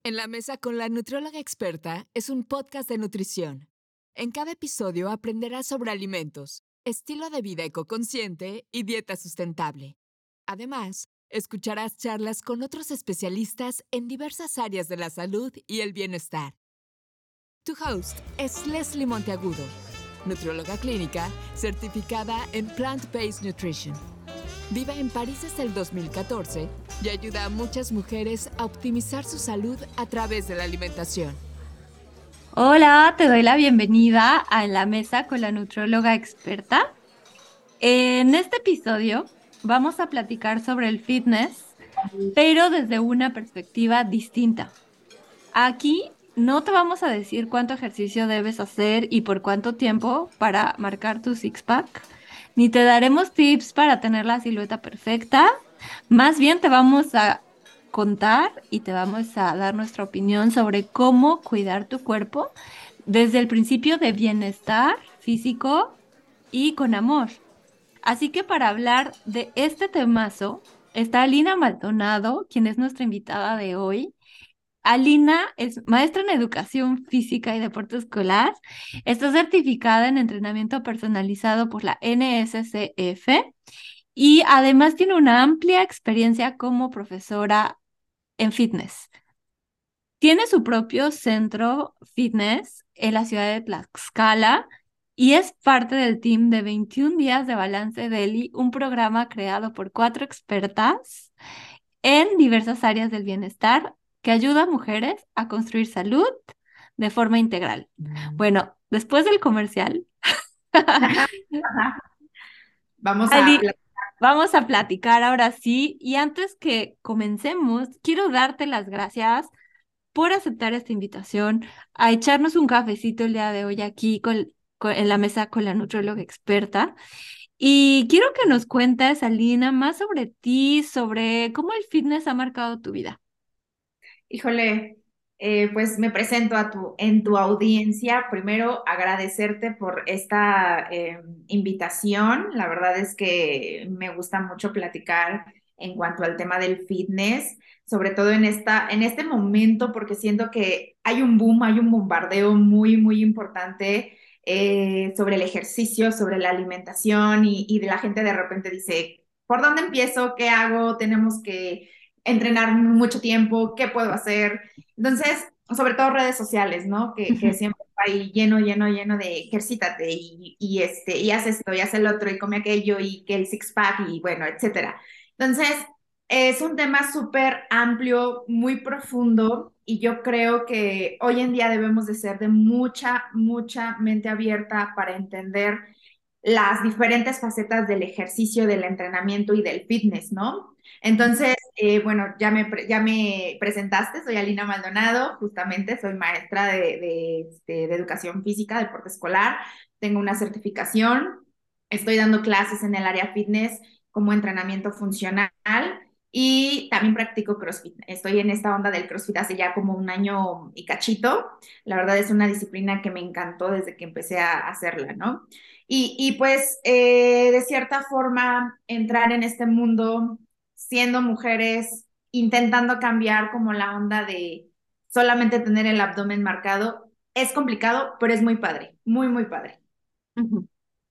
En la mesa con la nutrióloga experta es un podcast de nutrición. En cada episodio aprenderás sobre alimentos, estilo de vida ecoconsciente y dieta sustentable. Además, escucharás charlas con otros especialistas en diversas áreas de la salud y el bienestar. Tu host es Leslie Monteagudo, nutrióloga clínica certificada en Plant-Based Nutrition. Vive en París desde el 2014 y ayuda a muchas mujeres a optimizar su salud a través de la alimentación. Hola, te doy la bienvenida a En la Mesa con la nutrióloga experta. En este episodio vamos a platicar sobre el fitness, pero desde una perspectiva distinta. Aquí no te vamos a decir cuánto ejercicio debes hacer y por cuánto tiempo para marcar tu six-pack, ni te daremos tips para tener la silueta perfecta. Más bien te vamos a contar y te vamos a dar nuestra opinión sobre cómo cuidar tu cuerpo desde el principio de bienestar físico y con amor. Así que para hablar de este temazo está Alina Maldonado, quien es nuestra invitada de hoy. Alina es maestra en educación física y deporte escolar. Está certificada en entrenamiento personalizado por la NSCF y además tiene una amplia experiencia como profesora en fitness. Tiene su propio centro fitness en la ciudad de Tlaxcala y es parte del team de 21 días de Balance Daily, un programa creado por 4 expertas en diversas áreas del bienestar que ayuda a mujeres a construir salud de forma integral. Bueno, después del comercial, Ajá. Vamos a Ali, vamos a platicar ahora sí. Y antes que comencemos, quiero darte las gracias por aceptar esta invitación a echarnos un cafecito el día de hoy aquí en la mesa con la nutrióloga experta. Y quiero que nos cuentes, Alina, más sobre ti, sobre cómo el fitness ha marcado tu vida. Híjole, pues me presento en tu audiencia. Primero, agradecerte por esta invitación. La verdad es que me gusta mucho platicar en cuanto al tema del fitness, sobre todo en este momento, porque siento que hay un boom, hay un bombardeo muy, muy importante sobre el ejercicio, sobre la alimentación y de la gente de repente dice, ¿por dónde empiezo? ¿Qué hago? Tenemos que entrenar mucho tiempo, ¿qué puedo hacer? Entonces, sobre todo redes sociales, ¿no? Que siempre está ahí lleno, lleno, lleno de ejercítate y haz esto y haz el otro y come aquello y que el six pack y bueno, etcétera. Entonces, es un tema súper amplio, muy profundo y yo creo que hoy en día debemos de ser de mucha, mucha mente abierta para entender las diferentes facetas del ejercicio, del entrenamiento y del fitness, ¿no? Entonces, bueno, ya me presentaste, soy Alina Maldonado, justamente soy maestra de educación física, deporte escolar, tengo una certificación, estoy dando clases en el área fitness como entrenamiento funcional y también practico CrossFit. Estoy en esta onda del CrossFit hace ya como un año y cachito. La verdad es una disciplina que me encantó desde que empecé a hacerla, ¿no? Pues de cierta forma entrar en este mundo siendo mujeres, intentando cambiar como la onda de solamente tener el abdomen marcado, es complicado, pero es muy padre, muy, muy padre. Ujú.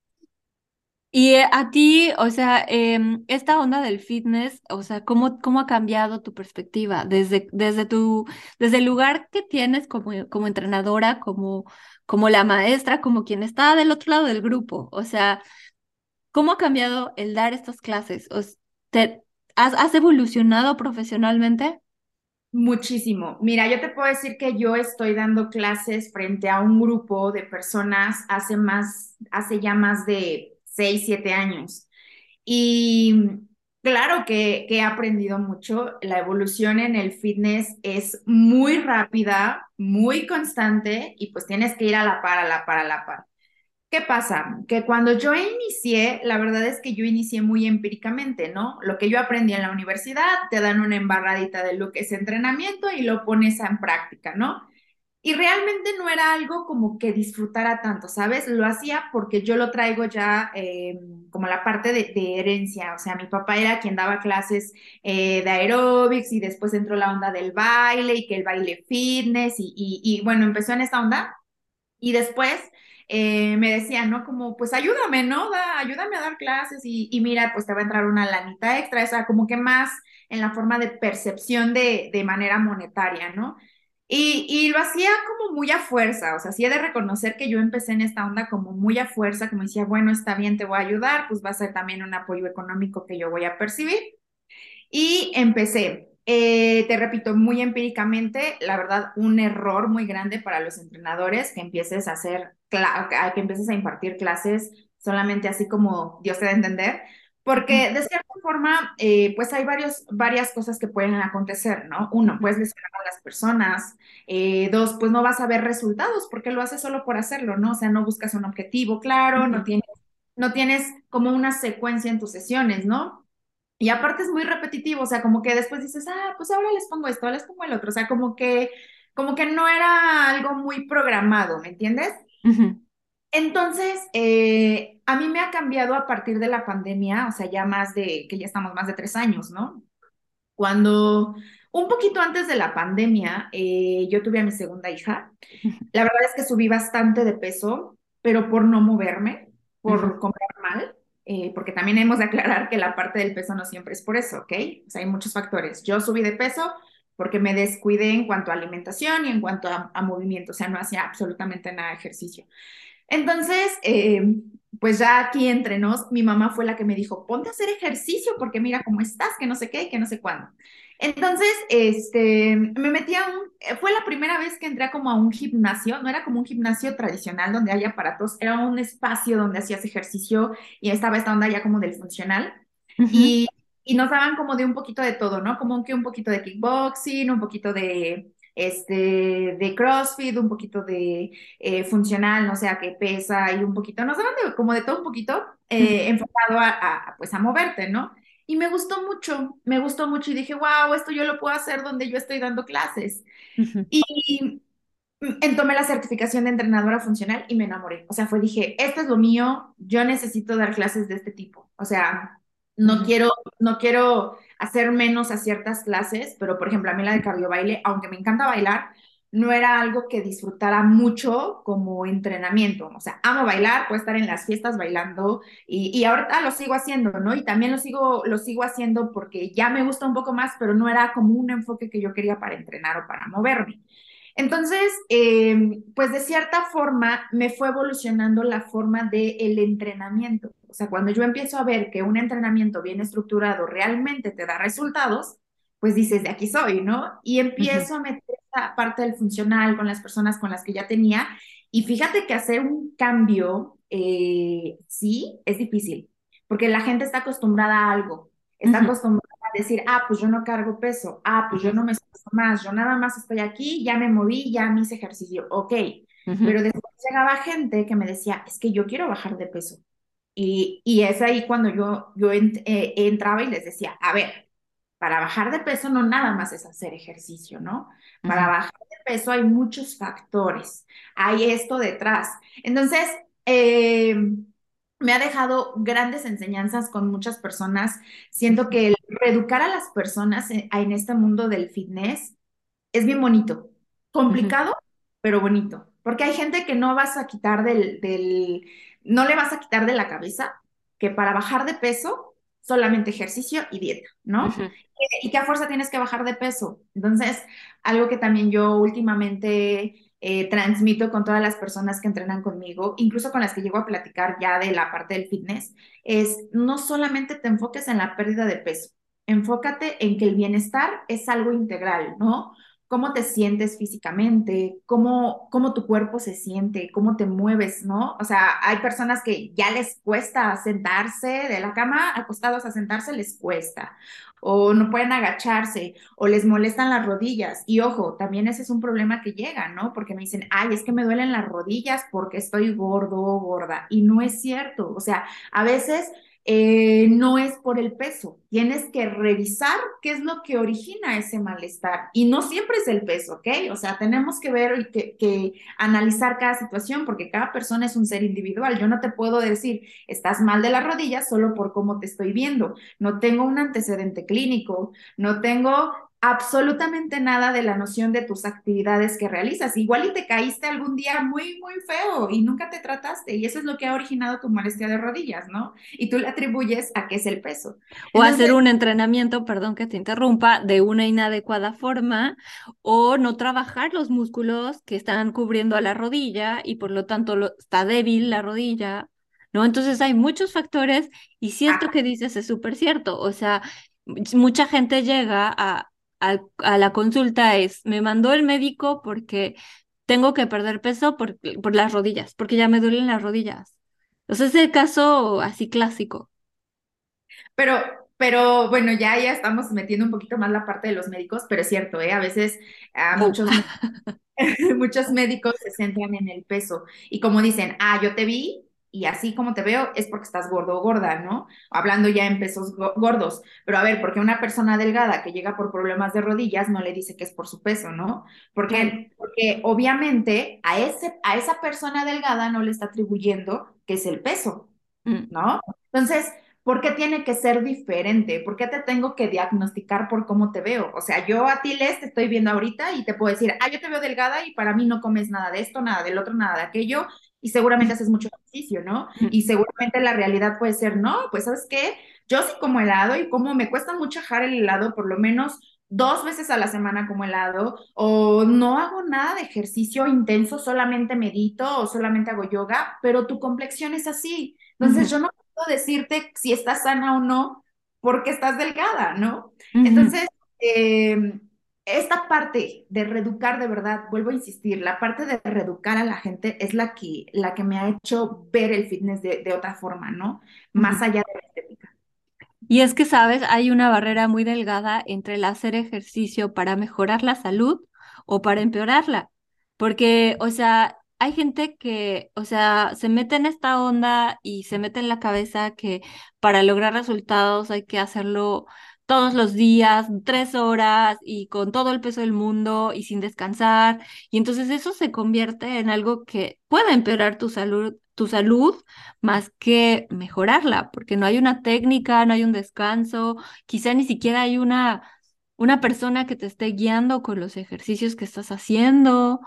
Y a ti, o sea, esta onda del fitness, o sea, ¿cómo ha cambiado tu perspectiva desde el lugar que tienes como entrenadora, como la maestra, como quien está del otro lado del grupo? O sea, ¿cómo ha cambiado el dar estas clases? ¿Te, has evolucionado profesionalmente? Muchísimo. Mira, yo te puedo decir que yo estoy dando clases frente a un grupo de personas hace ya más de 6, 7 años. Y claro que he aprendido mucho. La evolución en el fitness es muy rápida, muy constante y pues tienes que ir a la par, a la par, a la par. ¿Qué pasa? Que cuando yo inicié, la verdad es que yo inicié muy empíricamente, ¿no? Lo que yo aprendí en la universidad, te dan una embarradita de lo que es entrenamiento y lo pones en práctica, ¿no? Y realmente no era algo como que disfrutara tanto, ¿sabes? Lo hacía porque yo lo traigo ya como la parte de herencia. O sea, mi papá era quien daba clases de aeróbics y después entró la onda del baile y que el baile fitness y bueno, empezó en esta onda y después me decían, ¿no? Como, pues ayúdame, ¿no? Ayúdame a dar clases y mira, pues te va a entrar una lanita extra, o sea, como que más en la forma de percepción de manera monetaria, ¿no? Y lo hacía como muy a fuerza, o sea, sí he de reconocer que yo empecé en esta onda como muy a fuerza, como decía, bueno, está bien, te voy a ayudar, pues va a ser también un apoyo económico que yo voy a percibir. Y empecé, te repito, muy empíricamente, la verdad, un error muy grande para los entrenadores que empieces a hacer, que empieces a impartir clases solamente así como Dios te da a entender, porque de cierta forma, pues hay varias cosas que pueden acontecer, ¿no? Uno, puedes lesionar a las personas. Dos, pues no vas a ver resultados porque lo haces solo por hacerlo, ¿no? O sea, no buscas un objetivo claro, no tienes como una secuencia en tus sesiones, ¿no? Y aparte es muy repetitivo, o sea, como que después dices, pues ahora les pongo esto, les pongo el otro, o sea, como que no era algo muy programado, ¿me entiendes? Ujú, Entonces, a mí me ha cambiado a partir de la pandemia, o sea, que ya estamos más de 3 años, ¿no? Cuando, un poquito antes de la pandemia, yo tuve a mi segunda hija. La verdad es que subí bastante de peso, pero por no moverme, ujú, por comer mal, porque también hemos de aclarar que la parte del peso no siempre es por eso, ¿ok? O sea, hay muchos factores. Yo subí de peso porque me descuidé en cuanto a alimentación y en cuanto a movimiento, o sea, no hacía absolutamente nada de ejercicio. Entonces, pues ya aquí entre nos, mi mamá fue la que me dijo, ponte a hacer ejercicio porque mira cómo estás, que no sé qué, que no sé cuándo. Entonces, me metí fue la primera vez que entré como a un gimnasio, no era como un gimnasio tradicional donde hay aparatos, era un espacio donde hacías ejercicio y estaba esta onda ya como del funcional. ujú, Y, y nos daban como de un poquito de todo, ¿no? Como que un poquito de kickboxing, un poquito de CrossFit, un poquito de funcional, no sé, a qué pesa y un poquito, nos daban como de todo un poquito enfocado pues a moverte, ¿no? Y me gustó mucho y dije, wow, esto yo lo puedo hacer donde yo estoy dando clases. ujú, Y tomé la certificación de entrenadora funcional y me enamoré. O sea, dije, esto es lo mío, yo necesito dar clases de este tipo. O sea, no ujú, quiero, no quiero hacer menos a ciertas clases, pero por ejemplo, a mí la de cardio baile, aunque me encanta bailar, no era algo que disfrutara mucho como entrenamiento. O sea, amo bailar, puedo estar en las fiestas bailando y ahorita lo sigo haciendo, ¿no? Y también lo sigo haciendo porque ya me gusta un poco más, pero no era como un enfoque que yo quería para entrenar o para moverme. Entonces, pues de cierta forma me fue evolucionando la forma del entrenamiento. O sea, cuando yo empiezo a ver que un entrenamiento bien estructurado realmente te da resultados, pues dices, de aquí soy, ¿no? Y ujú, empiezo a meter esa parte del funcional con las personas con las que ya tenía. Y fíjate que hacer un cambio, sí, es difícil, porque la gente está acostumbrada a algo, está ujú, acostumbrada decir, pues yo no cargo peso, pues yo ujú, no me esfuerzo más, yo nada más estoy aquí, ya me moví, ya me hice ejercicio, ok. ujú, Pero después llegaba gente que me decía, es que yo quiero bajar de peso. Y es ahí cuando yo entraba y les decía, a ver, para bajar de peso no nada más es hacer ejercicio, ¿no? Para ujú, bajar de peso hay muchos factores, hay esto detrás. Entonces, eh, me ha dejado grandes enseñanzas con muchas personas. Siento ujú, que el reeducar a las personas en este mundo del fitness es bien bonito, ujú, complicado, pero bonito, porque hay gente que no vas a quitar no le vas a quitar de la cabeza que para bajar de peso solamente ejercicio y dieta, ¿no? ujú, Y que a fuerza tienes que bajar de peso. Entonces, algo que también yo últimamente transmito con todas las personas que entrenan conmigo, incluso con las que llego a platicar ya de la parte del fitness, es no solamente te enfoques en la pérdida de peso, enfócate en que el bienestar es algo integral, ¿no? Cómo te sientes físicamente, cómo tu cuerpo se siente, cómo te mueves, ¿no? O sea, hay personas que ya les cuesta sentarse de la cama, acostados a sentarse, les cuesta, o no pueden agacharse, o les molestan las rodillas. Y ojo, también ese es un problema que llega, ¿no? Porque me dicen, ay, es que me duelen las rodillas porque estoy gordo o gorda. Y no es cierto. O sea, a veces no es por el peso. Tienes que revisar qué es lo que origina ese malestar. Y no siempre es el peso, ¿ok? O sea, tenemos que ver y que analizar cada situación porque cada persona es un ser individual. Yo no te puedo decir, estás mal de las rodillas solo por cómo te estoy viendo. No tengo un antecedente clínico, no tengo absolutamente nada de la noción de tus actividades que realizas. Igual y te caíste algún día muy, muy feo y nunca te trataste y eso es lo que ha originado tu molestia de rodillas, ¿no? Y tú le atribuyes a qué es el peso. O hacer Entonces, un entrenamiento, perdón que te interrumpa, de una inadecuada forma, o no trabajar los músculos que están cubriendo a la rodilla y por lo tanto está débil la rodilla, ¿no? Entonces hay muchos factores y si esto que dices es súper cierto, o sea, mucha gente llega a la consulta me mandó el médico porque tengo que perder peso por las rodillas, porque ya me duelen las rodillas. Entonces es el caso así clásico. pero, pero bueno, ya estamos metiendo un poquito más la parte de los médicos, pero es cierto, ¿eh? A veces Oh. muchos médicos se centran en el peso y como dicen, yo te vi y así como te veo es porque estás gordo o gorda, ¿no? Hablando ya en pesos gordos, pero a ver, porque una persona delgada que llega por problemas de rodillas no le dice que es por su peso, ¿no? Claro. Porque obviamente a esa persona delgada no le está atribuyendo que es el peso, Mm, ¿no? Entonces, ¿por qué tiene que ser diferente? ¿Por qué te tengo que diagnosticar por cómo te veo? O sea, yo a ti, Les, te estoy viendo ahorita y te puedo decir, yo te veo delgada y para mí no comes nada de esto, nada del otro, nada de aquello, y seguramente haces mucho ejercicio, ¿no? mm, Y seguramente la realidad puede ser, no, pues ¿sabes qué? Yo sí como helado y como me cuesta mucho dejar el helado por lo menos 2 veces a la semana como helado, o no hago nada de ejercicio intenso, solamente medito o solamente hago yoga, pero tu complexión es así. Entonces ujú, yo no puedo decirte si estás sana o no porque estás delgada, ¿no? ujú, Entonces, esta parte de reeducar de verdad, vuelvo a insistir, la parte de reeducar a la gente es la que me ha hecho ver el fitness de otra forma, ¿no? ujú. Más allá de la estética. Y es que, sabes, hay una barrera muy delgada entre el hacer ejercicio para mejorar la salud o para empeorarla. Porque, o sea, hay gente que, o sea, se mete en esta onda y se mete en la cabeza que para lograr resultados hay que hacerlo todos los días, 3 horas y con todo el peso del mundo y sin descansar. Y entonces eso se convierte en algo que puede empeorar tu salud más que mejorarla, porque no hay una técnica, no hay un descanso, quizá ni siquiera hay una persona que te esté guiando con los ejercicios que estás haciendo.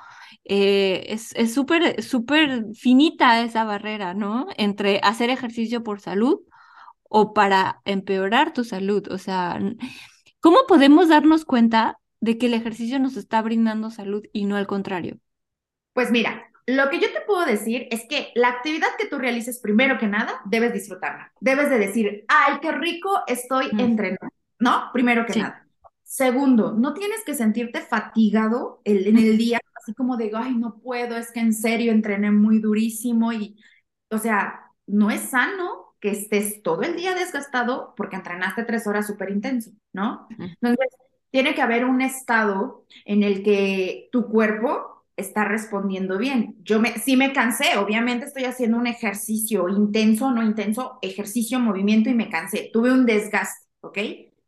Es súper, súper finita esa barrera, ¿no? Entre hacer ejercicio por salud o para empeorar tu salud. O sea, ¿cómo podemos darnos cuenta de que el ejercicio nos está brindando salud y no al contrario? Pues mira, lo que yo te puedo decir es que la actividad que tú realices, primero que nada, debes disfrutarla. Debes de decir, ay, qué rico estoy Mm, entrenando, ¿no? Primero que sí. nada. Segundo, no tienes que sentirte fatigado en el día, así como de, ay, no puedo, es que en serio entrené muy durísimo y, o sea, no es sano que estés todo el día desgastado porque entrenaste 3 horas súper intenso, ¿no? Ujú, Entonces, tiene que haber un estado en el que tu cuerpo está respondiendo bien. Sí me cansé, obviamente estoy haciendo un ejercicio intenso, no intenso, ejercicio, movimiento y me cansé. Tuve un desgaste, ¿ok?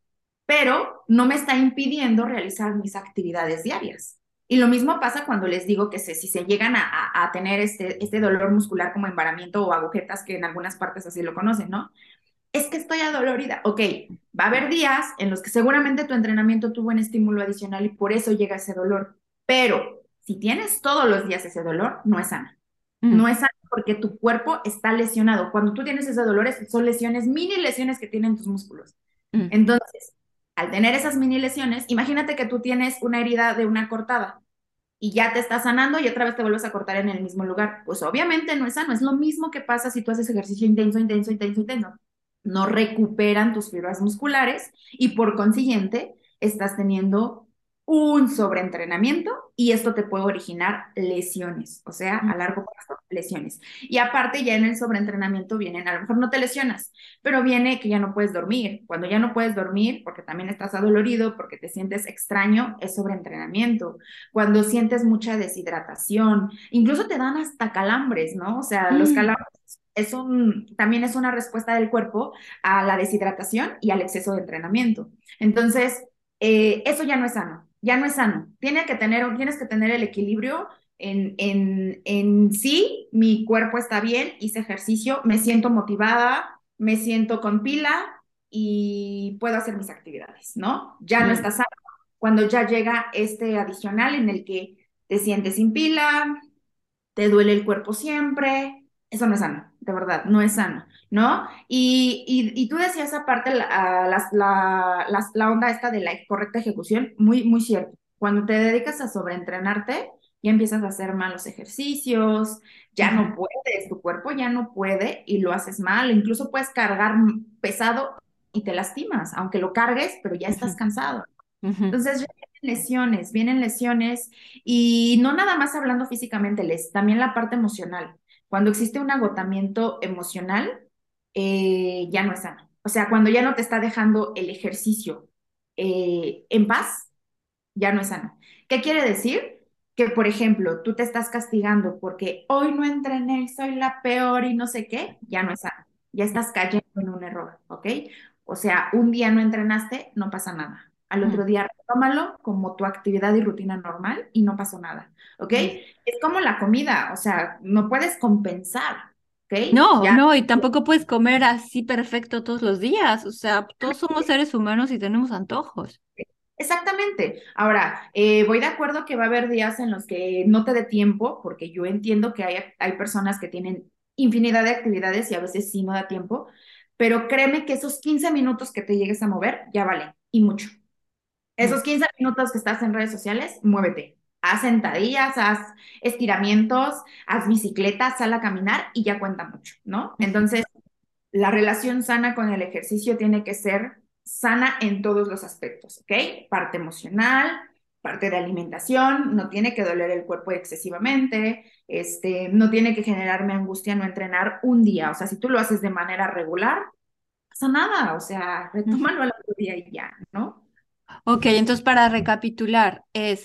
Pero no me está impidiendo realizar mis actividades diarias. Y lo mismo pasa cuando les digo que si se llegan a tener este dolor muscular como embaramiento o agujetas, que en algunas partes así lo conocen, ¿no? Es que estoy adolorida. Ok, va a haber días en los que seguramente tu entrenamiento tuvo un estímulo adicional y por eso llega ese dolor. Pero si tienes todos los días ese dolor, no es sana. No mm, es sano porque tu cuerpo está lesionado. Cuando tú tienes ese dolor, son lesiones, mini lesiones que tienen tus músculos. mm, Entonces, al tener esas mini lesiones, imagínate que tú tienes una herida de una cortada y ya te está sanando y otra vez te vuelves a cortar en el mismo lugar. Pues obviamente no es sano. Es lo mismo que pasa si tú haces ejercicio intenso, intenso, intenso, intenso. No recuperan tus fibras musculares y por consiguiente estás teniendo un sobreentrenamiento y esto te puede originar lesiones, o sea, a mm. largo plazo, lesiones. Y aparte ya en el sobreentrenamiento vienen, a lo mejor no te lesionas, pero viene que ya no puedes dormir. Cuando ya no puedes dormir, porque también estás adolorido, porque te sientes extraño, es sobreentrenamiento. Cuando sientes mucha deshidratación, incluso te dan hasta calambres, ¿no? O sea, los Mm. calambres también es una respuesta del cuerpo a la deshidratación y al exceso de entrenamiento. Entonces, eso ya no es sano, ya no es sano. Tienes que tener el equilibrio en sí, mi cuerpo está bien, hice ejercicio, me siento motivada, me siento con pila y puedo hacer mis actividades, ¿no? Ya no está Mm, sano cuando ya llega este adicional en el que te sientes sin pila, te duele el cuerpo siempre, eso no es sano, de verdad, no es sano, ¿no? Y tú decías aparte la onda esta de la correcta ejecución, muy, muy cierto. Cuando te dedicas a sobreentrenarte, ya empiezas a hacer malos ejercicios, ya ujú, no puedes, tu cuerpo ya no puede y lo haces mal, incluso puedes cargar pesado y te lastimas, aunque lo cargues, pero ya estás ujú, cansado. ujú, Entonces vienen lesiones y no nada más hablando físicamente, también la parte emocional. Cuando existe un agotamiento emocional, ya no es sano. O sea, cuando ya no te está dejando el ejercicio en paz, ya no es sano. ¿Qué quiere decir? Que, por ejemplo, tú te estás castigando porque hoy no entrené, soy la peor y no sé qué, ya no es sano. Ya estás cayendo en un error, ¿ok? O sea, un día no entrenaste, no pasa nada. Al otro mm, día retómalo como tu actividad y rutina normal y no pasó nada, ¿ok? mm. Es como la comida, o sea, no puedes compensar, ¿ok? No, Ya. no, y tampoco puedes comer así perfecto todos los días. O sea, todos somos seres humanos y tenemos antojos. Exactamente. Ahora, voy de acuerdo que va a haber días en los que no te dé tiempo, porque yo entiendo que hay personas que tienen infinidad de actividades y a veces sí no da tiempo, pero créeme que esos 15 minutos que te llegues a mover ya valen y mucho. Mm, Esos 15 minutos que estás en redes sociales, muévete. Haz sentadillas, haz estiramientos, haz bicicleta, sal a caminar y ya cuenta mucho, ¿no? ujú. Entonces, la relación sana con el ejercicio tiene que ser sana en todos los aspectos, ¿ok? Parte emocional, parte de alimentación, no tiene que doler el cuerpo excesivamente, no tiene que generarme angustia no entrenar un día, o sea, si tú lo haces de manera regular, no pasa nada, o sea, Ujú. retómalo al otro día y ya, ¿no? Ok, entonces para recapitular,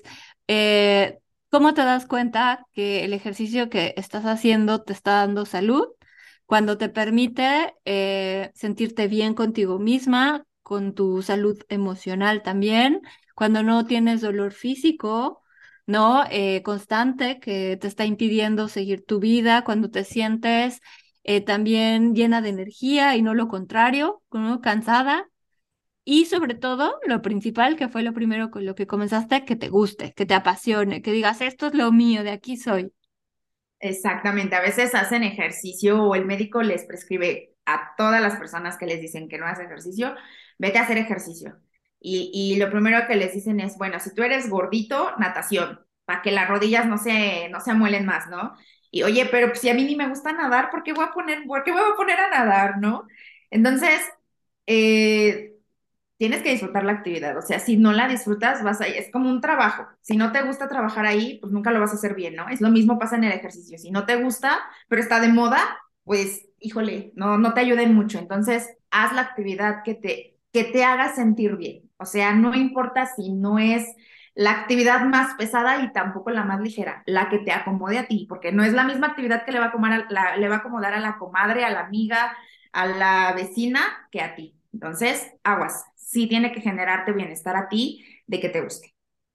eh, ¿cómo te das cuenta que el ejercicio que estás haciendo te está dando salud? Cuando te permite sentirte bien contigo misma, con tu salud emocional también, cuando no tienes dolor físico, ¿no? Constante que te está impidiendo seguir tu vida, cuando te sientes también llena de energía y no lo contrario, ¿no? Cansada. Y sobre todo, lo principal, que fue lo primero con lo que comenzaste, que te guste, que te apasione, que digas, esto es lo mío, de aquí soy. Exactamente, a veces hacen ejercicio o el médico les prescribe a todas las personas que les dicen que no hacen ejercicio, vete a hacer ejercicio. Y lo primero que les dicen es, bueno, si tú eres gordito, natación, para que las rodillas no se amuelen más, ¿no? Y oye, pero pues, si a mí ni me gusta nadar, ¿por qué me voy a poner a nadar, no? Entonces, eh, tienes que disfrutar la actividad. O sea, si no la disfrutas, es como un trabajo. Si no te gusta trabajar ahí, pues nunca lo vas a hacer bien, ¿no? Es lo mismo pasa en el ejercicio. Si no te gusta, pero está de moda, pues, híjole, no te ayuden mucho. Entonces, haz la actividad que te haga sentir bien. O sea, no importa si no es la actividad más pesada y tampoco la más ligera, la que te acomode a ti, porque no es la misma actividad que le va a acomodar a la comadre, a la amiga, a la vecina que a ti. Entonces, aguas, sí tiene que generarte bienestar a ti de que te guste.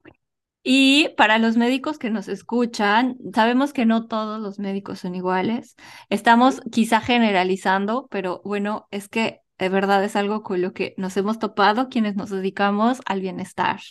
Y para los médicos que nos escuchan, sabemos que no todos los médicos son iguales. Estamos quizá generalizando, pero bueno, es que de verdad es algo con lo que nos hemos topado quienes nos dedicamos al bienestar.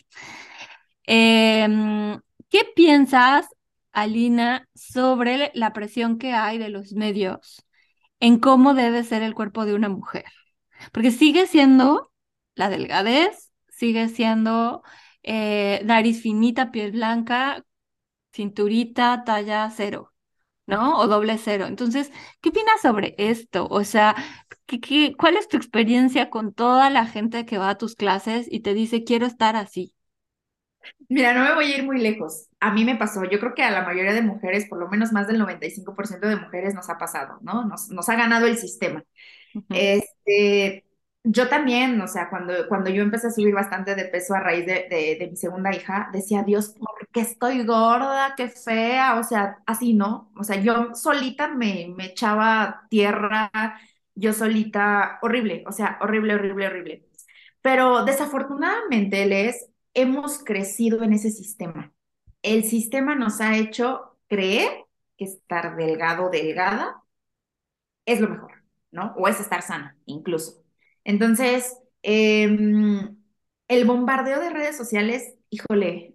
¿Qué piensas, Alina, sobre la presión que hay de los medios en cómo debe ser el cuerpo de una mujer? Porque sigue siendo la delgadez, sigue siendo nariz finita, piel blanca, cinturita, talla cero, ¿no? O doble cero. Entonces, ¿qué opinas sobre esto? O sea, ¿cuál es tu experiencia con toda la gente que va a tus clases y te dice, quiero estar así? Mira, no me voy a ir muy lejos. A mí me pasó, yo creo que a la mayoría de mujeres, por lo menos más del 95% de mujeres nos ha pasado, ¿no? Nos ha ganado el sistema. Ujú, Este, Yo también, o sea, cuando yo empecé a subir bastante de peso a raíz de mi segunda hija, decía, Dios, ¿por qué estoy gorda? Qué fea, o sea, así, ¿no? O sea, yo solita me echaba tierra, yo solita, horrible, o sea, horrible, horrible, horrible. Pero desafortunadamente, Les, hemos crecido en ese sistema. El sistema nos ha hecho creer que estar delgado, delgada, es lo mejor, ¿no? O es estar sana, incluso. Entonces, el bombardeo de redes sociales, híjole,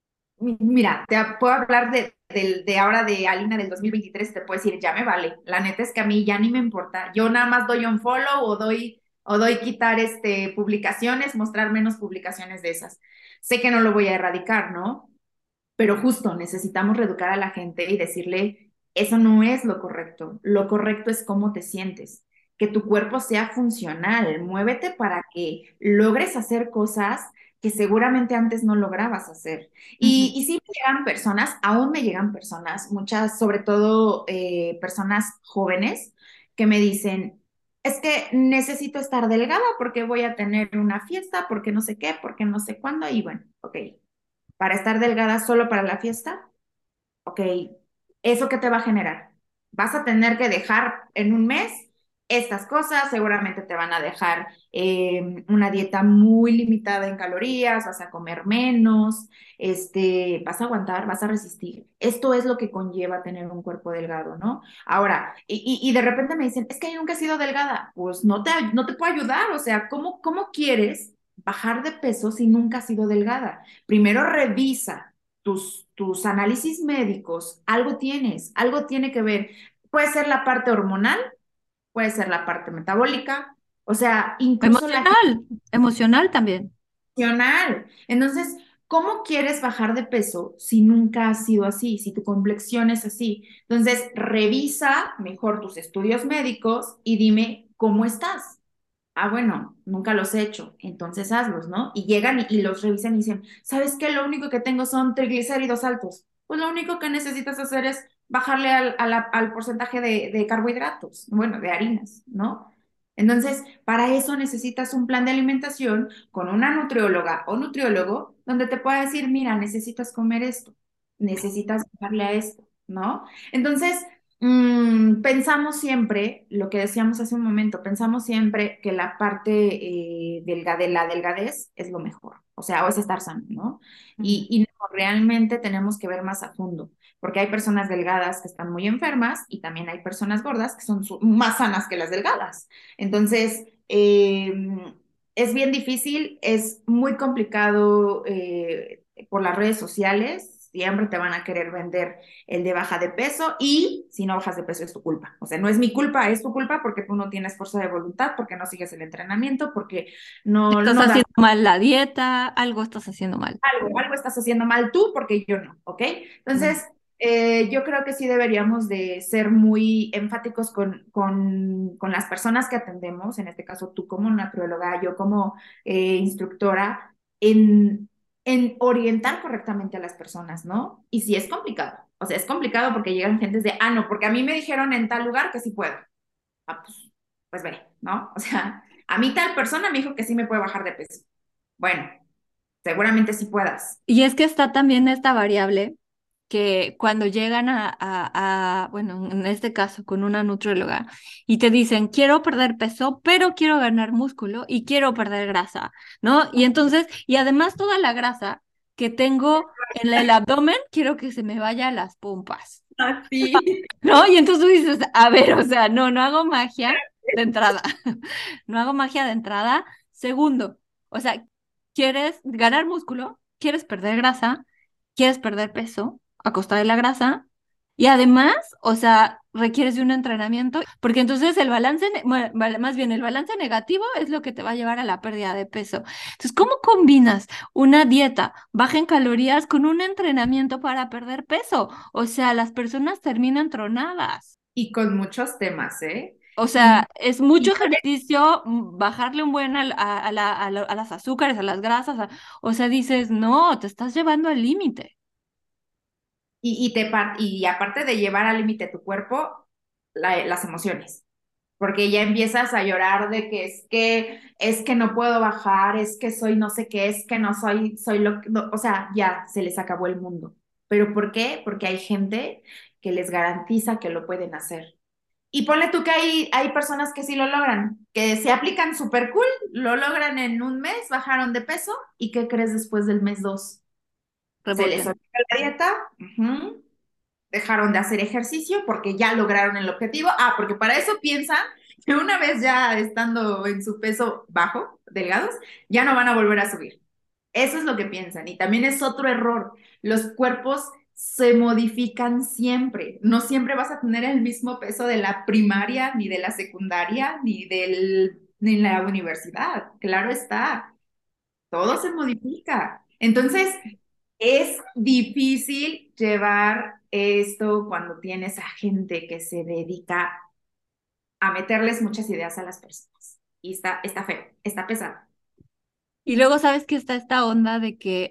mira, puedo hablar de ahora de Alina del 2023, te puedo decir, ya me vale. La neta es que a mí ya ni me importa. Yo nada más doy un follow o doy quitar publicaciones, mostrar menos publicaciones de esas. Sé que no lo voy a erradicar, ¿no? Pero justo necesitamos reeducar a la gente y decirle, eso no es lo correcto es cómo te sientes, que tu cuerpo sea funcional, muévete para que logres hacer cosas que seguramente antes no lograbas hacer. Ujú. Y sí me llegan personas, aún me llegan personas, muchas, sobre todo personas jóvenes, que me dicen, es que necesito estar delgada porque voy a tener una fiesta, porque no sé qué, porque no sé cuándo, y bueno, ok, para estar delgada solo para la fiesta, ok, ¿eso qué te va a generar? Vas a tener que dejar en un mes estas cosas, seguramente te van a dejar una dieta muy limitada en calorías, vas a comer menos, vas a aguantar, vas a resistir. Esto es lo que conlleva tener un cuerpo delgado, ¿no? Ahora, y de repente me dicen, es que yo nunca he sido delgada, pues no te puedo ayudar, o sea, ¿cómo quieres bajar de peso si nunca has sido delgada? Primero revisa tus análisis médicos, algo tiene que ver. Puede ser la parte hormonal, puede ser la parte metabólica, o sea, incluso la Emocional, emocional también. funcional. Entonces, ¿cómo quieres bajar de peso si nunca has sido así, si tu complexión es así? Entonces, revisa mejor tus estudios médicos y dime cómo estás. Ah, bueno, nunca los he hecho, entonces hazlos, ¿no? Y llegan y los revisan y dicen, ¿sabes qué? Lo único que tengo son triglicéridos altos. Pues lo único que necesitas hacer es bajarle al porcentaje de carbohidratos, bueno, de harinas, ¿no? Entonces, para eso necesitas un plan de alimentación con una nutrióloga o nutriólogo donde te pueda decir, mira, necesitas comer esto, necesitas bajarle a esto, ¿no? Entonces, pensamos siempre, lo que decíamos hace un momento, pensamos siempre que la parte de la delgadez es lo mejor, o sea, o es estar sano, ¿no? Ujú. Y no, realmente tenemos que ver más a fondo, porque hay personas delgadas que están muy enfermas y también hay personas gordas que son más sanas que las delgadas. Entonces, es bien difícil, es muy complicado por las redes sociales. Siempre te van a querer vender el de baja de peso y si no bajas de peso es tu culpa. O sea, no es mi culpa, es tu culpa porque tú no tienes fuerza de voluntad, porque no sigues el entrenamiento, porque Estás no das haciendo mal la dieta, algo estás haciendo mal. algo estás haciendo mal tú porque yo no, ¿ok? Mm. Entonces, yo creo que sí deberíamos de ser muy enfáticos con las personas que atendemos, en este caso tú como nutrióloga, yo como instructora, en orientar correctamente a las personas, ¿no? Y sí es complicado, o sea, es complicado porque llegan gentes de, no, porque a mí me dijeron en tal lugar que sí puedo. Pues veré, ¿no? O sea, a mí tal persona me dijo que sí me puede bajar de peso. Bueno, seguramente sí puedas. Y es que está también esta variable que cuando llegan bueno, en este caso con una nutrióloga y te dicen, quiero perder peso, pero quiero ganar músculo y quiero perder grasa, ¿no? Y entonces, y además toda la grasa que tengo en el abdomen, quiero que se me vaya a las pompas, Así. ¿no? Y entonces tú dices, a ver, o sea, no, no hago magia de entrada, no hago magia de entrada. Segundo, o sea, ¿quieres ganar músculo? ¿Quieres perder grasa? ¿Quieres perder peso a costa de la grasa? Y además, o sea, requieres de un entrenamiento, porque entonces el balance, bueno, más bien el balance negativo es lo que te va a llevar a la pérdida de peso. Entonces, ¿cómo combinas una dieta baja en calorías con un entrenamiento para perder peso? O sea, las personas terminan tronadas. Y con muchos temas, ¿eh? O Y, sea, es mucho y, ejercicio, bajarle un buen a las azúcares, a las grasas. O sea, dices, no, te estás llevando al límite. y aparte de llevar al límite tu cuerpo, las emociones. porque ya empiezas a llorar de que es que no puedo bajar, es que soy no sé qué, es que no soy lo que, o sea, ya se les acabó el mundo. ¿Pero por qué? Porque hay gente que les garantiza que lo pueden hacer. Y ponle tú que hay personas que sí lo logran, que se aplican súper cool, lo logran en un mes, bajaron de peso, ¿y qué crees después del mes 2? Se les Reboten. olvida la dieta, ujú, dejaron de hacer ejercicio porque ya lograron el objetivo. Ah, porque para eso piensan que una vez ya estando en su peso bajo, delgados, ya no van a volver a subir. Eso es lo que piensan. Y también es otro error. Los cuerpos se modifican siempre. No siempre vas a tener el mismo peso de la primaria, ni de la secundaria, ni la universidad. Claro está. Todo se modifica. Entonces, es difícil llevar esto cuando tienes a gente que se dedica a meterles muchas ideas a las personas. Y está feo, está pesado. Y luego sabes que está esta onda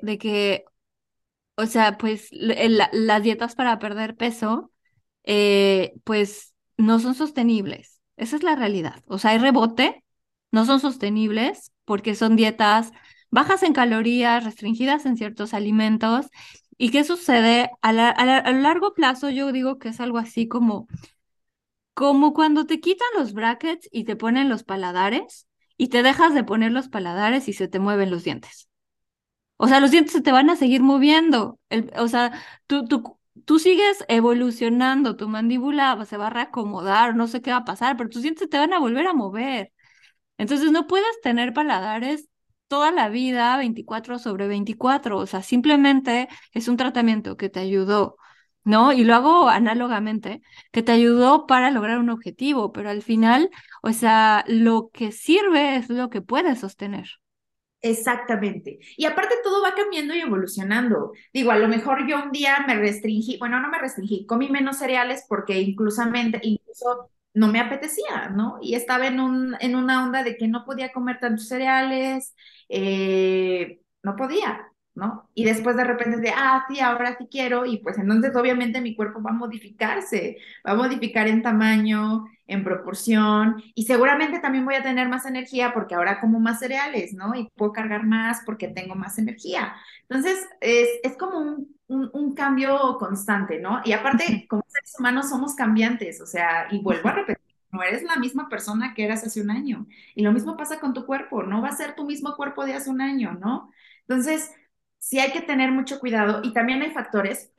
o sea, pues las dietas para perder peso, pues no son sostenibles. Esa es la realidad. O sea, hay rebote, no son sostenibles porque son dietas bajas en calorías, restringidas en ciertos alimentos. ¿Y qué sucede? A largo plazo yo digo que es algo así como cuando te quitan los brackets y te ponen los paladares y te dejas de poner los paladares y se te mueven los dientes. O sea, los dientes se te van a seguir moviendo. O sea, tú sigues evolucionando, tu mandíbula se va a reacomodar, no sé qué va a pasar, pero tus dientes se te van a volver a mover. Entonces no puedes tener paladares toda la vida 24/24. O sea, simplemente es un tratamiento que te ayudó, ¿no? Y lo hago análogamente, que te ayudó para lograr un objetivo, pero al final, o sea, lo que sirve es lo que puedes sostener. Exactamente. Y aparte todo va cambiando y evolucionando. Digo, a lo mejor yo un día me restringí, bueno, no me restringí, comí menos cereales porque incluso no me apetecía, ¿no? Y estaba en una onda de que no podía comer tantos cereales, no podía, ¿no? Y después de repente de, sí, ahora sí quiero, y pues entonces obviamente mi cuerpo va a modificarse, va a modificar en tamaño, en proporción, y seguramente también voy a tener más energía porque ahora como más cereales, ¿no? Y puedo cargar más porque tengo más energía. Entonces, es como un cambio constante, ¿no? Y aparte, como seres humanos somos cambiantes, o sea, y vuelvo a repetir, no eres la misma persona que eras hace un año. Y lo mismo pasa con tu cuerpo, no va a ser tu mismo cuerpo de hace un año, ¿no? Entonces, sí hay que tener mucho cuidado y también hay factores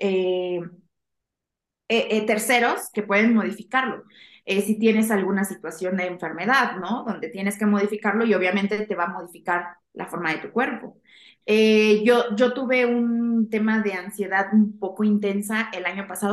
terceros que pueden modificarlo. Si tienes alguna situación de enfermedad, ¿no? Donde tienes que modificarlo y obviamente te va a modificar la forma de tu cuerpo. Yo tuve un tema de ansiedad un poco intensa el año pasado.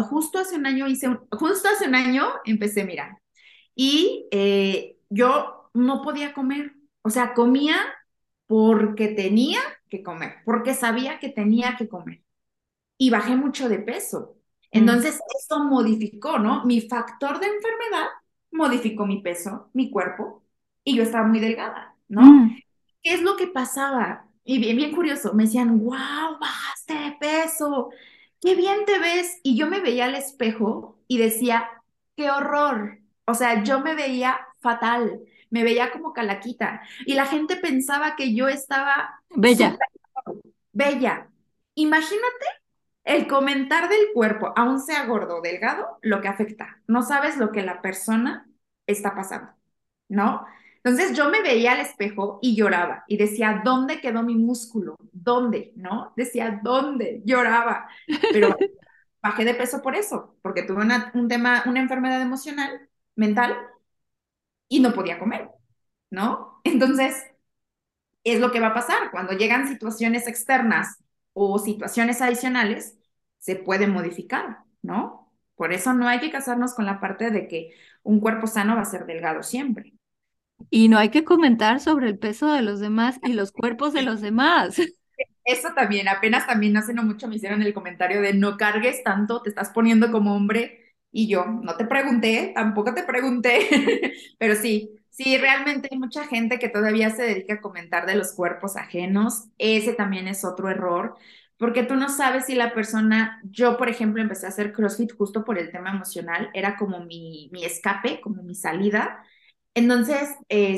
Justo hace un año empecé, mira, y yo no podía comer. O sea, comía porque tenía que comer, porque sabía que tenía que comer y bajé mucho de peso. Mm, Entonces, eso modificó, ¿no? Mi factor de enfermedad modificó mi peso, mi cuerpo, y yo estaba muy delgada, ¿no? mm. ¿Qué es lo que pasaba? Y bien, bien curioso, me decían, wow, bajaste de peso, qué bien te ves. Y yo me veía al espejo y decía, qué horror. O sea, yo me veía fatal, me veía como calaquita. Y la gente pensaba que yo estaba Bella. súper bella. Imagínate el comentar del cuerpo, aun sea gordo o delgado, lo que afecta. No sabes lo que la persona está pasando, ¿no? Entonces yo me veía al espejo y lloraba y decía, ¿dónde quedó mi músculo? ¿Dónde? ¿No? Decía, ¿dónde? Lloraba. Pero bajé de peso por eso, porque tuve una enfermedad emocional, mental, y no podía comer, ¿no? Entonces, es lo que va a pasar. Cuando llegan situaciones externas o situaciones adicionales, se puede modificar, ¿no? Por eso no hay que casarnos con la parte de que un cuerpo sano va a ser delgado siempre. Y no hay que comentar sobre el peso de los demás y los cuerpos de los demás. Eso también, apenas también hace no mucho me hicieron el comentario de no cargues tanto, te estás poniendo como hombre y yo no te pregunté, tampoco te pregunté, pero sí, sí, realmente hay mucha gente que todavía se dedica a comentar de los cuerpos ajenos, ese también es otro error, porque tú no sabes si la persona, yo por ejemplo empecé a hacer CrossFit justo por el tema emocional, era como mi escape, como mi salida, Entonces,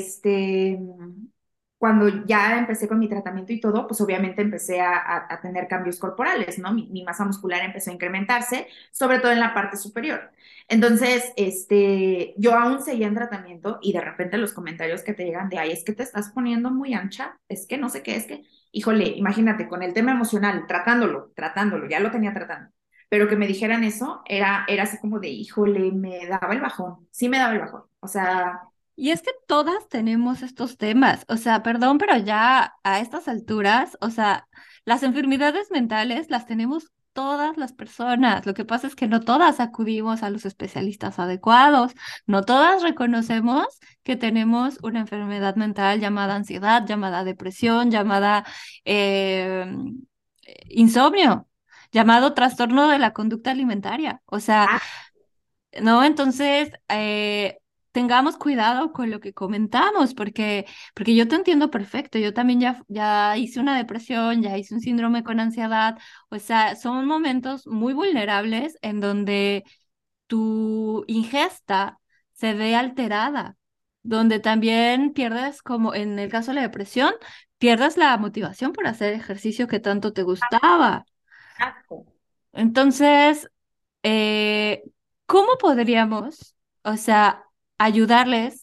cuando ya empecé con mi tratamiento y todo, pues obviamente empecé a tener cambios corporales, ¿no? Mi masa muscular empezó a incrementarse, sobre todo en la parte superior. Entonces, yo aún seguía en tratamiento y de repente los comentarios que te llegan de, ay, es que te estás poniendo muy ancha, es que no sé qué, es que, híjole, imagínate, con el tema emocional, tratándolo, ya lo tenía tratando, pero que me dijeran eso era así como de, híjole, me daba el bajón, sí me daba el bajón, o sea, Y es que todas tenemos estos temas, o sea, perdón, pero ya a estas alturas, o sea, las enfermedades mentales las tenemos todas las personas. Lo que pasa es que no todas acudimos a los especialistas adecuados, no todas reconocemos que tenemos una enfermedad mental llamada ansiedad, llamada depresión, llamada eh, insomnio, llamado trastorno de la conducta alimentaria. O sea, ah, ¿no? Entonces, tengamos cuidado con lo que comentamos, porque yo te entiendo perfecto. Yo también ya hice una depresión, ya hice un síndrome con ansiedad. O sea, son momentos muy vulnerables en donde tu ingesta se ve alterada, donde también pierdes, como en el caso de la depresión, pierdes la motivación por hacer ejercicio que tanto te gustaba. asco. Entonces, eh, ¿cómo podríamos, o sea, ayudarles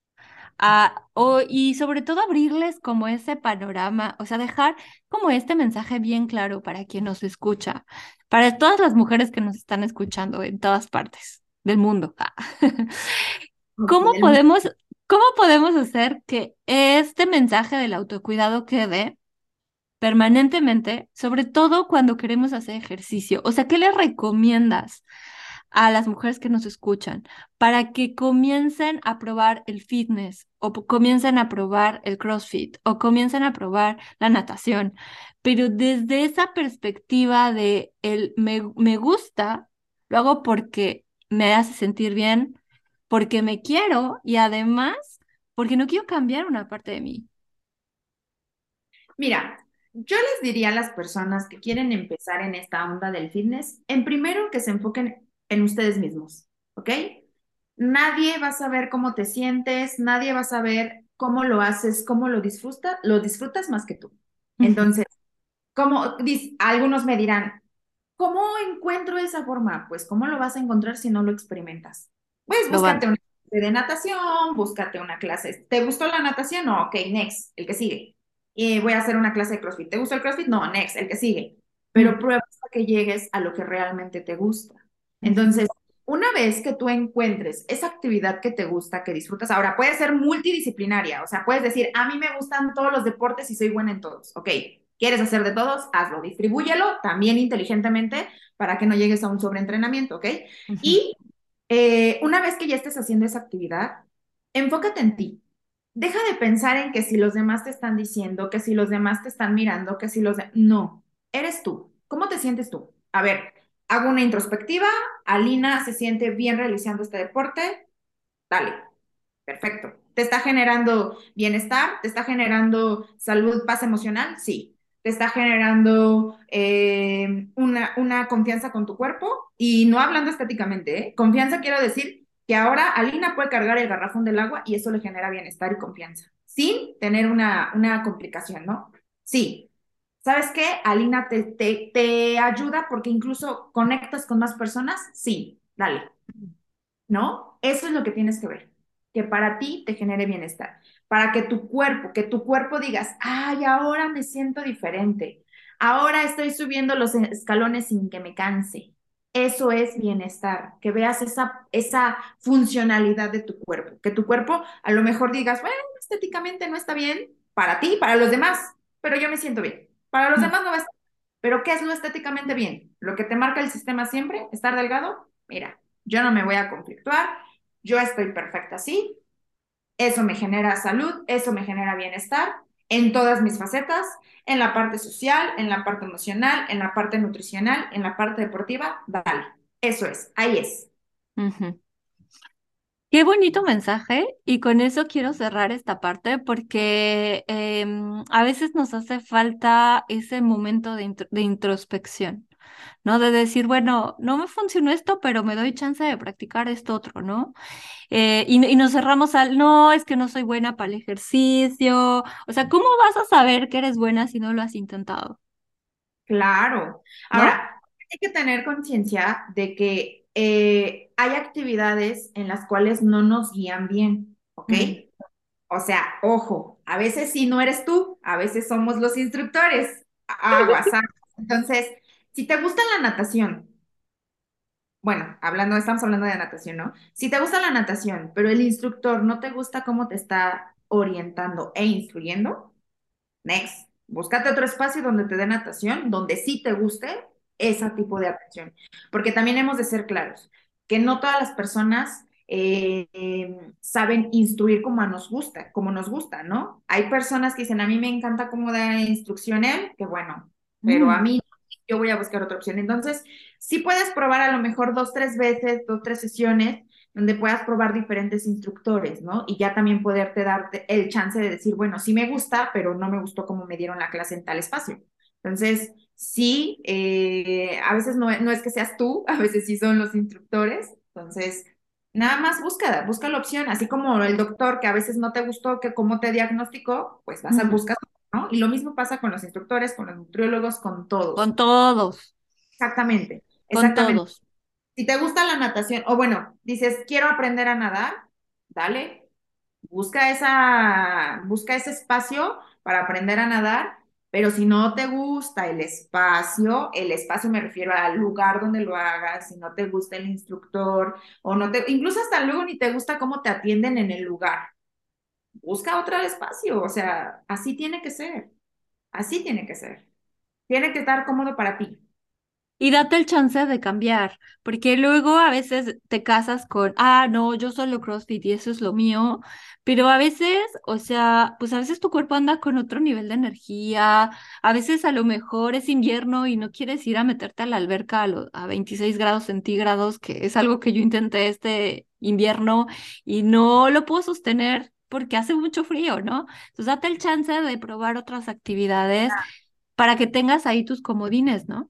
y sobre todo abrirles como ese panorama, o sea, dejar como este mensaje bien claro para quien nos escucha, para todas las mujeres que nos están escuchando en todas partes del mundo? Ok, ¿Cómo podemos, cómo podemos hacer que este mensaje del autocuidado quede permanentemente, sobre todo cuando queremos hacer ejercicio? O sea, ¿qué le recomiendas a las mujeres que nos escuchan para que comiencen a probar el fitness o comiencen a probar el CrossFit o comiencen a probar la natación? Pero desde esa perspectiva de me gusta, lo hago porque me hace sentir bien, porque me quiero y además porque no quiero cambiar una parte de mí. Mira, yo les diría a las personas que quieren empezar en esta onda del fitness, en primero que se enfoquen en ustedes mismos, ¿ok? Nadie va a saber cómo te sientes, nadie va a saber cómo lo haces, cómo lo disfrutas más que tú. Ujú. Entonces, algunos me dirán, ¿cómo encuentro esa forma? Pues, ¿cómo lo vas a encontrar si no lo experimentas? Pues Lo búscate van. una clase de natación, búscate una clase. ¿Te gustó la natación? No, ok, next, el que sigue. Voy a hacer una clase de CrossFit. ¿Te gustó el CrossFit? No, next, el que sigue. Mm, Pero prueba hasta que llegues a lo que realmente te gusta. ujú. Entonces, una vez que tú encuentres esa actividad que te gusta, que disfrutas, ahora puede ser multidisciplinaria, o sea, puedes decir, a mí me gustan todos los deportes y soy buena en todos. Ok, ¿quieres hacer de todos? Hazlo, distribúyelo también inteligentemente para que no llegues a un sobreentrenamiento, ¿ok? Ujú. Y una vez que ya estés haciendo esa actividad, enfócate en ti. Deja de pensar en que si los demás te están diciendo, que si los demás te están mirando, que si No, eres tú. ¿Cómo te sientes tú? A ver, hago una introspectiva. Alina se siente bien realizando este deporte. Dale, perfecto. ¿Te está generando bienestar? ¿Te está generando salud, paz emocional? Sí. ¿Te está generando una confianza con tu cuerpo? Y no hablando estéticamente, ¿eh? Confianza quiero decir que ahora Alina puede cargar el garrafón del agua y eso le genera bienestar y confianza, sin tener una complicación, ¿no? Sí. ¿Sabes qué? Alina te ayuda porque incluso conectas con más personas. Sí, dale. ¿No? Eso es lo que tienes que ver, que para ti te genere bienestar, para que tu cuerpo digas, ay, ahora me siento diferente, ahora estoy subiendo los escalones sin que me canse. Eso es bienestar, que veas esa funcionalidad de tu cuerpo, que tu cuerpo a lo mejor digas, bueno, estéticamente no está bien para ti, para los demás, pero yo me siento bien. Para los demás no va a estar. Pero ¿qué es lo estéticamente bien? Lo que te marca el sistema siempre, estar delgado, mira, yo no me voy a conflictuar, yo estoy perfecta así, eso me genera salud, eso me genera bienestar en todas mis facetas, en la parte social, en la parte emocional, en la parte nutricional, en la parte deportiva, dale, eso es, ahí es. Ujú. Qué bonito mensaje y con eso quiero cerrar esta parte porque a veces nos hace falta ese momento de introspección. ¿no? De decir, bueno, no me funcionó esto, pero me doy chance de practicar esto otro, ¿no? Y nos cerramos al, no, es que no soy buena para el ejercicio. O sea, ¿cómo vas a saber que eres buena si no lo has intentado? Claro. ¿No? Ahora, hay que tener conciencia de que hay actividades en las cuales no nos guían bien, ¿ok? Mm, O sea, ojo, a veces sí no eres tú, a veces somos los instructores. Aguas, aguas. Entonces, si te gusta la natación, bueno, estamos hablando de natación, ¿no? Si te gusta la natación, pero el instructor no te gusta cómo te está orientando e instruyendo, next, búscate otro espacio donde te dé natación, donde sí te guste ese tipo de atención. Porque también hemos de ser claros, que no todas las personas saben instruir como nos gusta, ¿no? Hay personas que dicen, a mí me encanta cómo da instrucción él, que bueno, pero a mm. mí yo voy a buscar otra opción. Entonces, sí puedes probar a lo mejor dos, tres veces, dos, tres sesiones, donde puedas probar diferentes instructores, ¿no? Y ya también poderte dar el chance de decir, bueno, sí me gusta, pero no me gustó cómo me dieron la clase en tal espacio. Entonces, sí, a veces no es que seas tú, a veces sí son los instructores. Entonces, nada más busca la opción, así como el doctor que a veces no te gustó que cómo te diagnosticó, pues vas a Mm. buscar, ¿no? Y lo mismo pasa con los instructores, con los nutriólogos, con Con todos. todos, Exactamente, con exactamente. todos. Si te gusta la natación, o bueno, dices, quiero aprender a nadar, dale, busca ese espacio para aprender a nadar, pero si no te gusta el espacio me refiero al lugar donde lo hagas, si no te gusta el instructor, incluso hasta luego ni te gusta cómo te atienden en el lugar, busca otro espacio, o sea, así tiene que ser, tiene que estar cómodo para ti. Y date el chance de cambiar, porque luego a veces te casas con, no, yo solo CrossFit y eso es lo mío, pero a veces, o sea, pues a veces tu cuerpo anda con otro nivel de energía, a veces a lo mejor es invierno y no quieres ir a meterte a la alberca a 26 grados centígrados, que es algo que yo intenté este invierno y no lo puedo sostener porque hace mucho frío, ¿no? Entonces date el chance de probar otras actividades para que tengas ahí tus comodines, ¿no?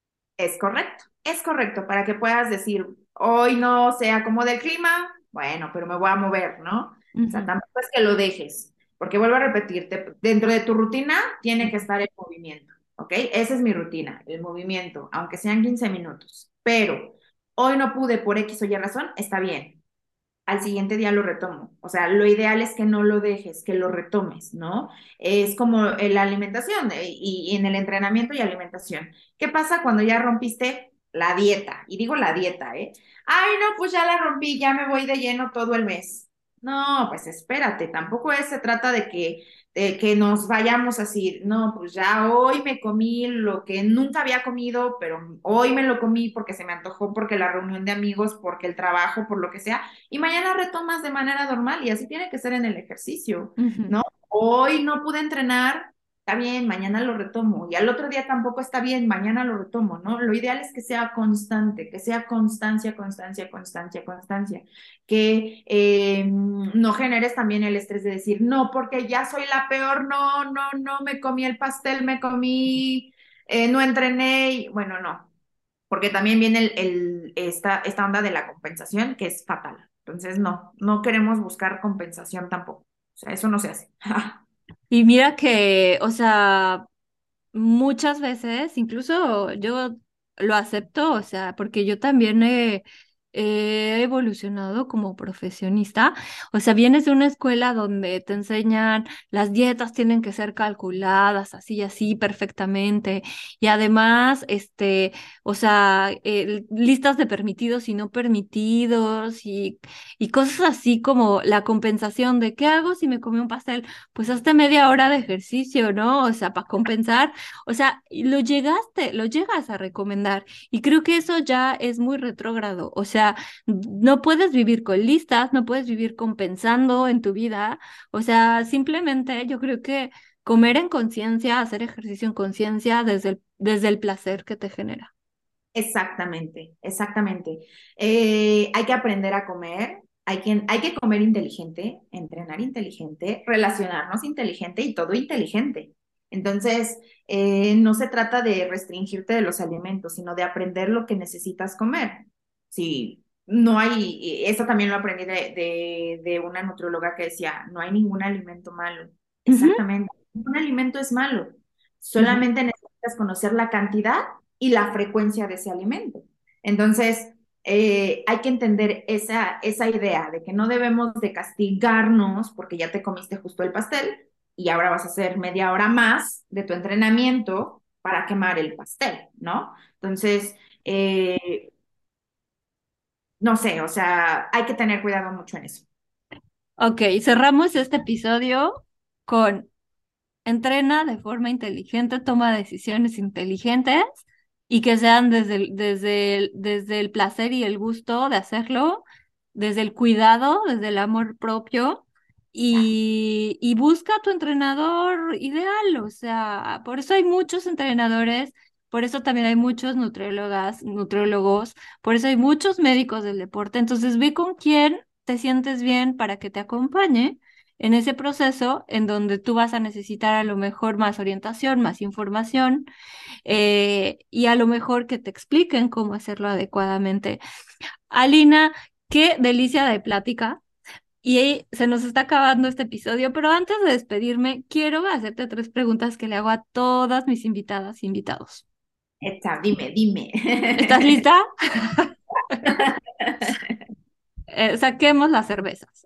Es correcto, para que puedas decir, hoy no se acomoda el clima, bueno, pero me voy a mover, ¿no? O sea, Ujú. tampoco es que lo dejes, porque vuelvo a repetirte, dentro de tu rutina tiene que estar el movimiento, ¿ok? Esa es mi rutina, el movimiento, aunque sean 15 minutos, pero hoy no pude por X o Y razón, está bien, al siguiente día lo retomo. O sea, lo ideal es que no lo dejes, que lo retomes, ¿no? Es como la alimentación y en el entrenamiento y alimentación. ¿Qué pasa cuando ya rompiste la dieta? Y digo la dieta, ¿eh? Ay, no, pues ya la rompí, ya me voy de lleno todo el mes. No, pues espérate, tampoco se trata de que nos vayamos así, no, pues ya hoy me comí lo que nunca había comido, pero hoy me lo comí porque se me antojó, porque la reunión de amigos, porque el trabajo, por lo que sea, y mañana retomas de manera normal y así tiene que ser en el ejercicio, Ujú. ¿no? Hoy no pude entrenar, está bien, mañana lo retomo y al otro día tampoco está bien, mañana lo retomo, ¿no? Lo ideal es que sea constante, que sea constancia, constancia, constancia, constancia, que no generes también el estrés de decir, no, porque ya soy la peor, no, no, no, me comí el pastel, no entrené, bueno, no, porque también viene esta onda de la compensación que es fatal. Entonces, no queremos buscar compensación tampoco. O sea, eso no se hace. Y mira que, o sea, muchas veces, incluso yo lo acepto, o sea, porque yo también he evolucionado como profesionista. O sea, vienes de una escuela donde te enseñan las dietas tienen que ser calculadas así y así perfectamente. Y además, o sea, listas de permitidos y no permitidos y cosas así como la compensación de ¿qué hago si me comí un pastel? Pues hazte media hora de ejercicio, ¿no? O sea, para compensar. O sea, y lo llegas a recomendar. Y creo que eso ya es muy retrógrado. O sea, no puedes vivir con listas, no puedes vivir compensando en tu vida. O sea, simplemente yo creo que comer en conciencia, hacer ejercicio en conciencia desde el placer que te genera. Exactamente, exactamente. Hay que aprender a comer, hay que comer inteligente, entrenar inteligente, relacionarnos inteligente y todo inteligente. Entonces, no se trata de restringirte de los alimentos, sino de aprender lo que necesitas comer. Sí, no hay, y eso también lo aprendí de una nutrióloga que decía, no hay ningún alimento malo. Ujú, Exactamente, ningún alimento es malo. ujú. Solamente necesitas conocer la cantidad y la frecuencia de ese alimento. Entonces, hay que entender esa idea de que no debemos de castigarnos porque ya te comiste justo el pastel y ahora vas a hacer media hora más de tu entrenamiento para quemar el pastel, ¿no? Entonces, no sé, o sea, hay que tener cuidado mucho en eso. Ok, cerramos este episodio con entrena de forma inteligente, toma decisiones inteligentes y que sean desde el placer y el gusto de hacerlo, desde el cuidado, desde el amor propio y busca tu entrenador ideal. O sea, por eso hay muchos entrenadores, por eso también hay muchos nutriólogas, nutriólogos, por eso hay muchos médicos del deporte. Entonces ve con quién te sientes bien para que te acompañe en ese proceso en donde tú vas a necesitar a lo mejor más orientación, más información y a lo mejor que te expliquen cómo hacerlo adecuadamente. Alina, qué delicia de plática. Y se nos está acabando este episodio, pero antes de despedirme, quiero hacerte 3 preguntas que le hago a todas mis invitadas e invitados. Dime, dime. ¿Estás lista? Saquemos las cervezas.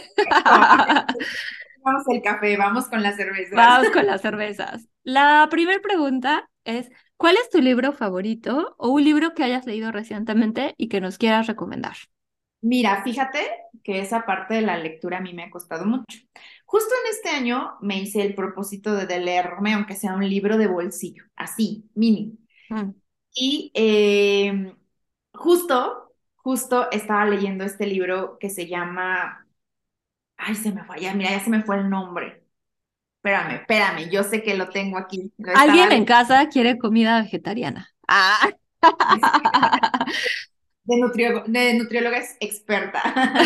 Vamos el café, vamos con las cervezas. Vamos con las cervezas. La primera pregunta es, ¿cuál es tu libro favorito o un libro que hayas leído recientemente y que nos quieras recomendar? Mira, fíjate que esa parte de la lectura a mí me ha costado mucho. Justo en este año me hice el propósito de leerme, aunque sea un libro de bolsillo, así, mini. Mm. Y justo estaba leyendo este libro que se llama, ay, se me fue, ya, mira, ya se me fue el nombre. Espérame, yo sé que lo tengo aquí, lo estaba ¿Alguien en leyendo. casa quiere comida vegetariana? Ah. De nutrióloga experta.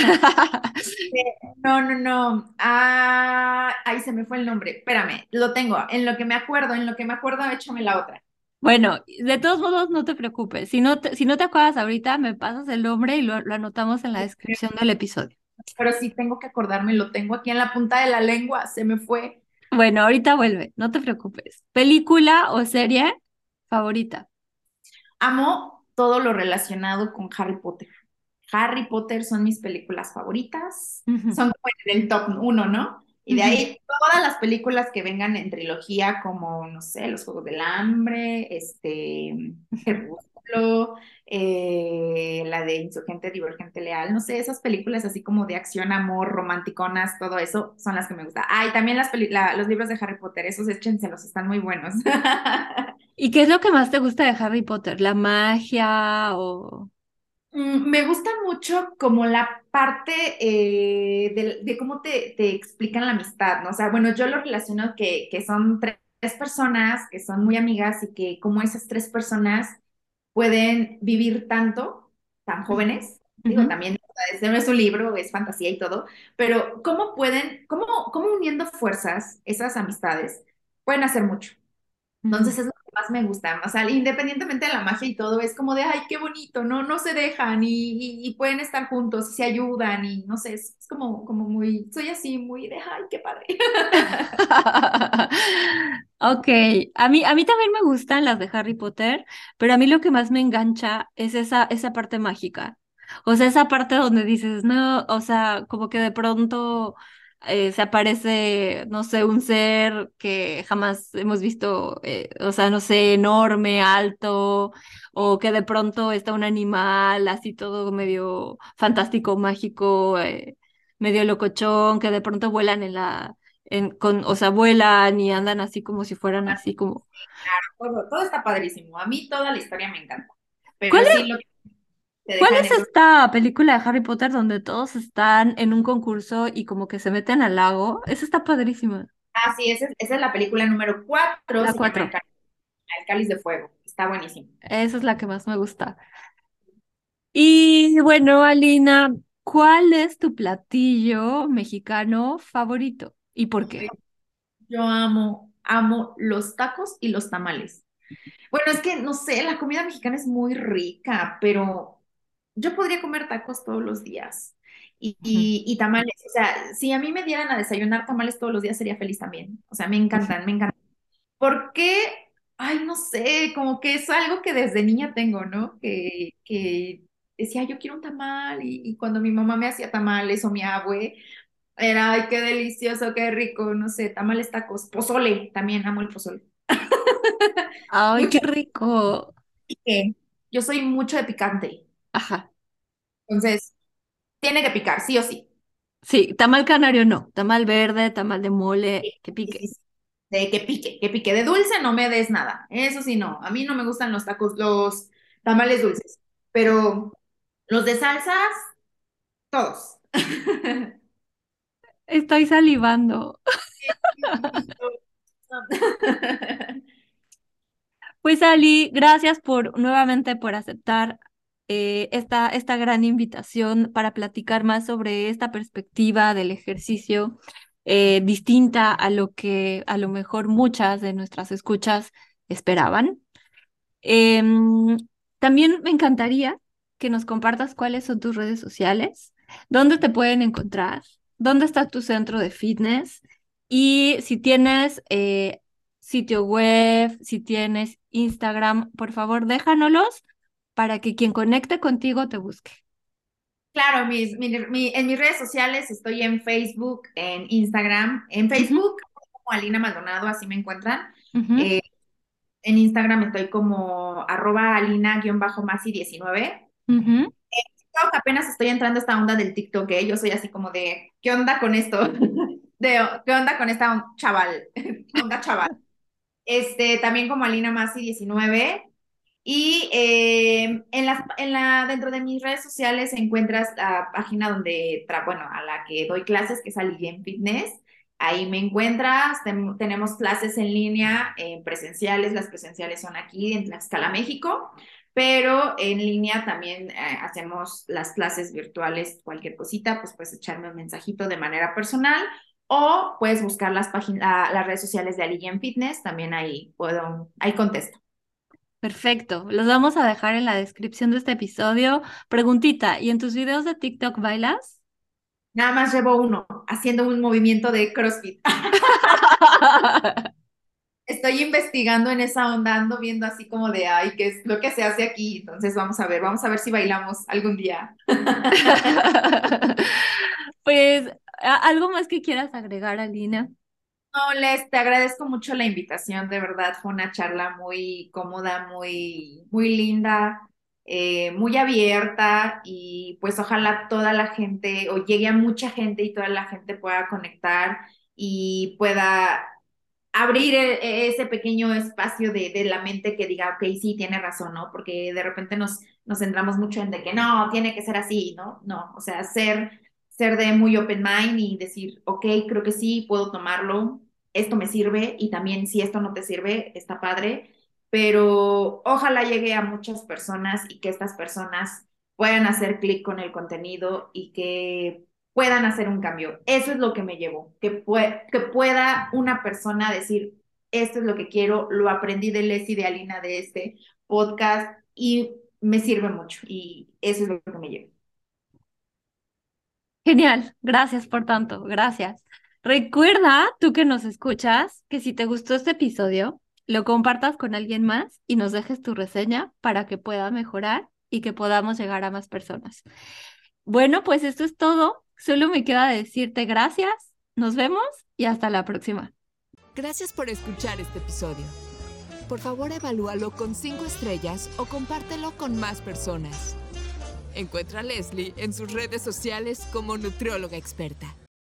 No. Ah, ahí se me fue el nombre. Espérame, lo tengo. En lo que me acuerdo, échame la otra. Bueno, de todos modos, no te preocupes. Si no te acuerdas ahorita, me pasas el nombre y lo anotamos en la descripción del episodio. Pero sí tengo que acordarme, lo tengo aquí en la punta de la lengua, se me fue. Bueno, ahorita vuelve, no te preocupes. ¿Película o serie favorita? Amo todo lo relacionado con Harry Potter. Harry Potter son mis películas favoritas. Ujú, Son como en el top uno, ¿no? Y de ujú, ahí todas las películas que vengan en trilogía, como, no sé, Los Juegos del Hambre, Crepúsculo, la de Insurgente, Divergente, Leal, no sé, esas películas así como de acción, amor, romanticonas, todo eso son las que me gustan. Ah, y también los libros de Harry Potter, esos échenselos, están muy buenos. ¿y qué es lo que más te gusta de Harry Potter? ¿La magia o...? Me gusta mucho como la parte de cómo te explican la amistad, ¿no? O sea, bueno, yo lo relaciono que son tres personas que son muy amigas y que como esas tres personas pueden vivir tanto, tan Ujú, jóvenes. Digo, ujú, también, o sea, este no es un libro, es fantasía y todo, pero cómo uniendo fuerzas, esas amistades, pueden hacer mucho. ujú. Entonces es lo que más me gusta, o sea, independientemente de la magia y todo, es como de, ay, qué bonito, no, no se dejan y pueden estar juntos y se ayudan y no sé, es como muy, soy así, muy de, ay, qué padre. Ok, a mí también me gustan las de Harry Potter, pero a mí lo que más me engancha es esa parte mágica. O sea, esa parte donde dices, no, o sea, como que de pronto se aparece, no sé, un ser que jamás hemos visto, o sea, no sé, enorme, alto, o que de pronto está un animal así todo medio fantástico, mágico, medio locochón, que de pronto vuelan o sea, vuelan y andan así como si fueran así como. Todo está padrísimo, a mí toda la historia me encanta, ¿Cuál pero sí lo que te ¿Cuál dejan es eso. esta película de Harry Potter donde todos están en un concurso y como que se meten al lago? Esa está padrísima. Ah, sí, esa es la película número 4, La se llama 4. El Cáliz de Fuego, está buenísimo. Esa es la que más me gusta. Y bueno, Alina, ¿cuál es tu platillo mexicano favorito? ¿Y por qué? Yo amo amo los tacos y los tamales. Bueno, es que no sé, la comida mexicana es muy rica, pero yo podría comer tacos todos los días Ujú, y tamales. O sea, si a mí me dieran a desayunar tamales todos los días, sería feliz también. O sea, me ujú. encantan, me encantan. ¿Por qué? Ay, no sé, como que es algo que desde niña tengo, ¿no? Que decía, yo quiero un tamal y cuando mi mamá me hacía tamales o mi abue, era, ay, qué delicioso, qué rico, no sé, tamales, tacos, pozole, también amo el pozole. Ay, qué Mucho rico. pique. Yo soy mucho de picante, Ajá. entonces tiene que picar, sí o sí. Sí, tamal canario no. Tamal verde, tamal de mole, Sí, que sí, pique. sí, sí. De que pique, que pique. De dulce no me des nada. Eso sí, no. A mí no me gustan los tacos, los tamales dulces. Pero los de salsas, todos. Estoy salivando. Pues Ali, gracias por nuevamente por aceptar esta gran invitación para platicar más sobre esta perspectiva del ejercicio distinta a lo que a lo mejor muchas de nuestras escuchas esperaban. Em, También me encantaría que nos compartas cuáles son tus redes sociales, dónde te pueden encontrar, dónde está tu centro de fitness y si tienes sitio web, si tienes Instagram, por favor, déjanoslos para que quien conecte contigo te busque. Claro, en mis redes sociales estoy en Facebook, en Instagram. En Ujú, Facebook, como Alina Maldonado, así me encuentran. ujú, Eh, en Instagram estoy como @alina_masi19. ujú. Creo que apenas estoy entrando a esta onda del TikTok, ¿eh? Yo soy así como de, ¿qué onda con esto? ¿Qué onda con esta chaval? Onda chaval. También como Alina Masi 19. Y dentro de mis redes sociales encuentras la página bueno, a la que doy clases, que es Alien Fitness. Ahí me encuentras. Tenemos clases en línea, presenciales. Las presenciales son aquí en Tlaxcala, México. Pero en línea también hacemos las clases virtuales. Cualquier cosita, pues puedes echarme un mensajito de manera personal o puedes buscar las redes sociales de Alien Fitness. También ahí contesto. Perfecto, los vamos a dejar en la descripción de este episodio. Preguntita, ¿y en tus videos de TikTok bailas? Nada más llevo uno, haciendo un movimiento de CrossFit. Estoy investigando en esa onda, ando viendo así como de, ay, ¿qué es lo que se hace aquí? Entonces vamos a ver si bailamos algún día. Pues, ¿algo más que quieras agregar, Alina? No, Les, te agradezco mucho la invitación, de verdad, fue una charla muy cómoda, muy, muy linda, muy abierta y pues ojalá toda la gente o llegue a mucha gente y toda la gente pueda conectar y pueda abrir ese pequeño espacio de la mente que diga, ok, sí, tiene razón, ¿no? Porque de repente nos centramos mucho en de que no, tiene que ser así, ¿no? No, o sea, ser de muy open mind y decir, ok, creo que sí, puedo tomarlo, esto me sirve y también si esto no te sirve, está padre, pero ojalá llegue a muchas personas y que estas personas puedan hacer clic con el contenido y que puedan hacer un cambio. Eso es lo que me llevó, que pueda una persona decir, esto es lo que quiero, lo aprendí de Leslie, de Alina, de este podcast y me sirve mucho y eso es lo que me llevo. Genial, gracias por tanto, gracias. Recuerda, tú que nos escuchas, que si te gustó este episodio, lo compartas con alguien más y nos dejes tu reseña para que pueda mejorar y que podamos llegar a más personas. Bueno, pues esto es todo. Solo me queda decirte gracias, nos vemos y hasta la próxima. Gracias por escuchar este episodio. Por favor, evalúalo con 5 estrellas o compártelo con más personas. Encuentra a Leslie en sus redes sociales como nutrióloga experta.